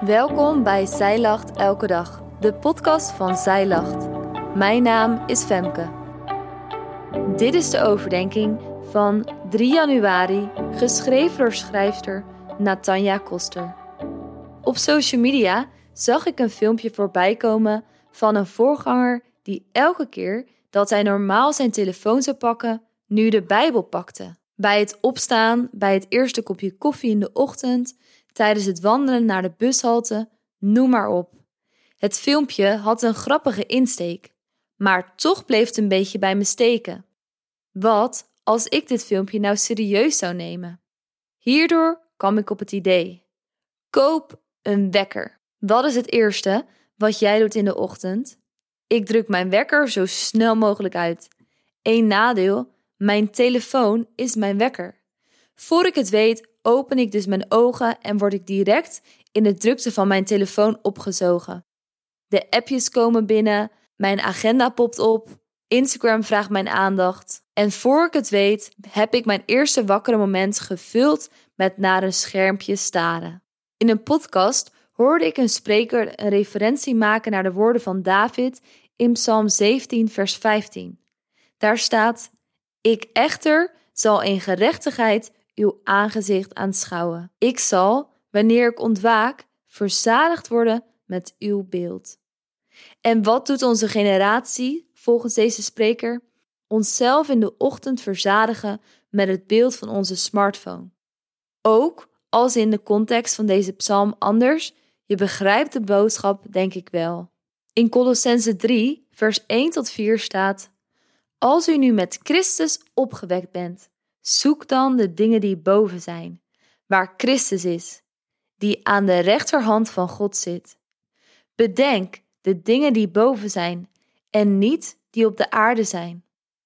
Welkom bij Zij Lacht Elke Dag, de podcast van Zij Lacht. Mijn naam is Femke. Dit is de overdenking van 3 januari, geschreven door schrijfster Natanja Koster. Op social media zag ik een filmpje voorbij komen van een voorganger die elke keer dat hij normaal zijn telefoon zou pakken, nu de Bijbel pakte. Bij het opstaan, bij het eerste kopje koffie in de ochtend, tijdens het wandelen naar de bushalte, noem maar op. Het filmpje had een grappige insteek, maar toch bleef het een beetje bij me steken. Wat als ik dit filmpje nou serieus zou nemen? Hierdoor kwam ik op het idee. Koop een wekker. Wat is het eerste wat jij doet in de ochtend? Ik druk mijn wekker zo snel mogelijk uit. Eén nadeel, mijn telefoon is mijn wekker. Voor ik het weet, open ik dus mijn ogen en word ik direct in de drukte van mijn telefoon opgezogen. De appjes komen binnen, mijn agenda popt op, Instagram vraagt mijn aandacht. En voor ik het weet, heb ik mijn eerste wakkere moment gevuld met naar een schermpje staren. In een podcast hoorde ik een spreker een referentie maken naar de woorden van David in Psalm 17 vers 15. Daar staat: Ik echter zal in gerechtigheid uw aangezicht aanschouwen. Ik zal, wanneer ik ontwaak, verzadigd worden met uw beeld. En wat doet onze generatie, volgens deze spreker? Onszelf in de ochtend verzadigen met het beeld van onze smartphone. Ook als in de context van deze psalm anders, je begrijpt de boodschap denk ik wel. In Kolossenzen 3, vers 1 tot 4 staat: Als u nu met Christus opgewekt bent, zoek dan de dingen die boven zijn, waar Christus is, die aan de rechterhand van God zit. Bedenk de dingen die boven zijn en niet die op de aarde zijn.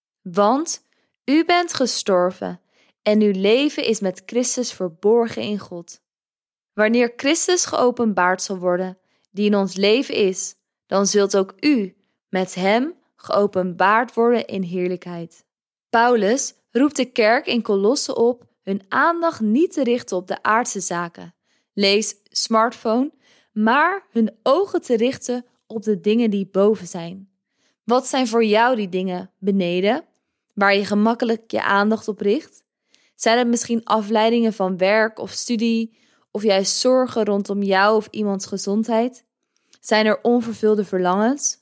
Want u bent gestorven en uw leven is met Christus verborgen in God. Wanneer Christus geopenbaard zal worden, die in ons leven is, dan zult ook u met hem geopenbaard worden in heerlijkheid. Paulus roept de kerk in Kolosse op hun aandacht niet te richten op de aardse zaken, lees smartphone, maar hun ogen te richten op de dingen die boven zijn. Wat zijn voor jou die dingen beneden, waar je gemakkelijk je aandacht op richt? Zijn het misschien afleidingen van werk of studie, of juist zorgen rondom jou of iemands gezondheid? Zijn er onvervulde verlangens?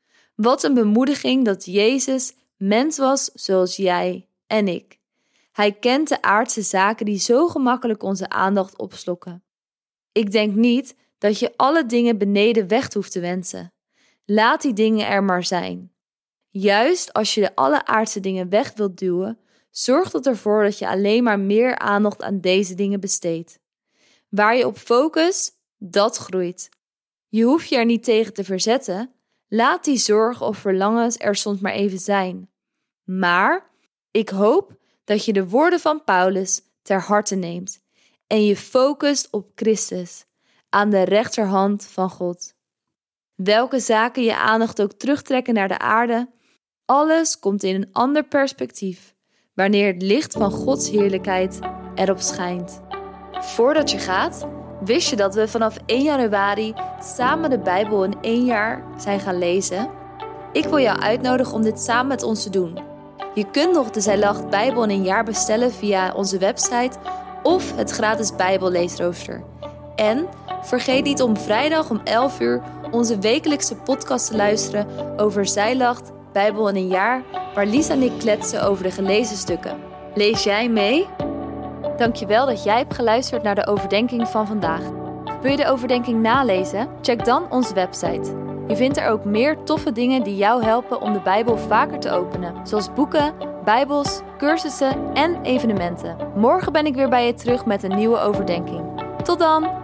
Wat een bemoediging dat Jezus mens was zoals jij en ik. Hij kent de aardse zaken die zo gemakkelijk onze aandacht opslokken. Ik denk niet dat je alle dingen beneden weg hoeft te wensen. Laat die dingen er maar zijn. Juist als je de alle aardse dingen weg wilt duwen, zorgt het ervoor dat je alleen maar meer aandacht aan deze dingen besteedt. Waar je op focust, dat groeit. Je hoeft je er niet tegen te verzetten. Laat die zorgen of verlangens er soms maar even zijn. Maar ik hoop dat je de woorden van Paulus ter harte neemt en je focust op Christus, aan de rechterhand van God. Welke zaken je aandacht ook terugtrekken naar de aarde, alles komt in een ander perspectief, wanneer het licht van Gods heerlijkheid erop schijnt. Voordat je gaat, wist je dat we vanaf 1 januari samen de Bijbel in 1 jaar zijn gaan lezen? Ik wil jou uitnodigen om dit samen met ons te doen. Je kunt nog de Zij Lacht Bijbel in 1 jaar bestellen via onze website of het gratis Bijbelleesrooster. En vergeet niet om vrijdag om 11 uur onze wekelijkse podcast te luisteren over Zij Lacht Bijbel in 1 jaar, waar Lies en ik kletsen over de gelezen stukken. Lees jij mee? Dankjewel dat jij hebt geluisterd naar de overdenking van vandaag. Wil je de overdenking nalezen? Check dan onze website. Je vindt er ook meer toffe dingen die jou helpen om de Bijbel vaker te openen. Zoals boeken, Bijbels, cursussen en evenementen. Morgen ben ik weer bij je terug met een nieuwe overdenking. Tot dan!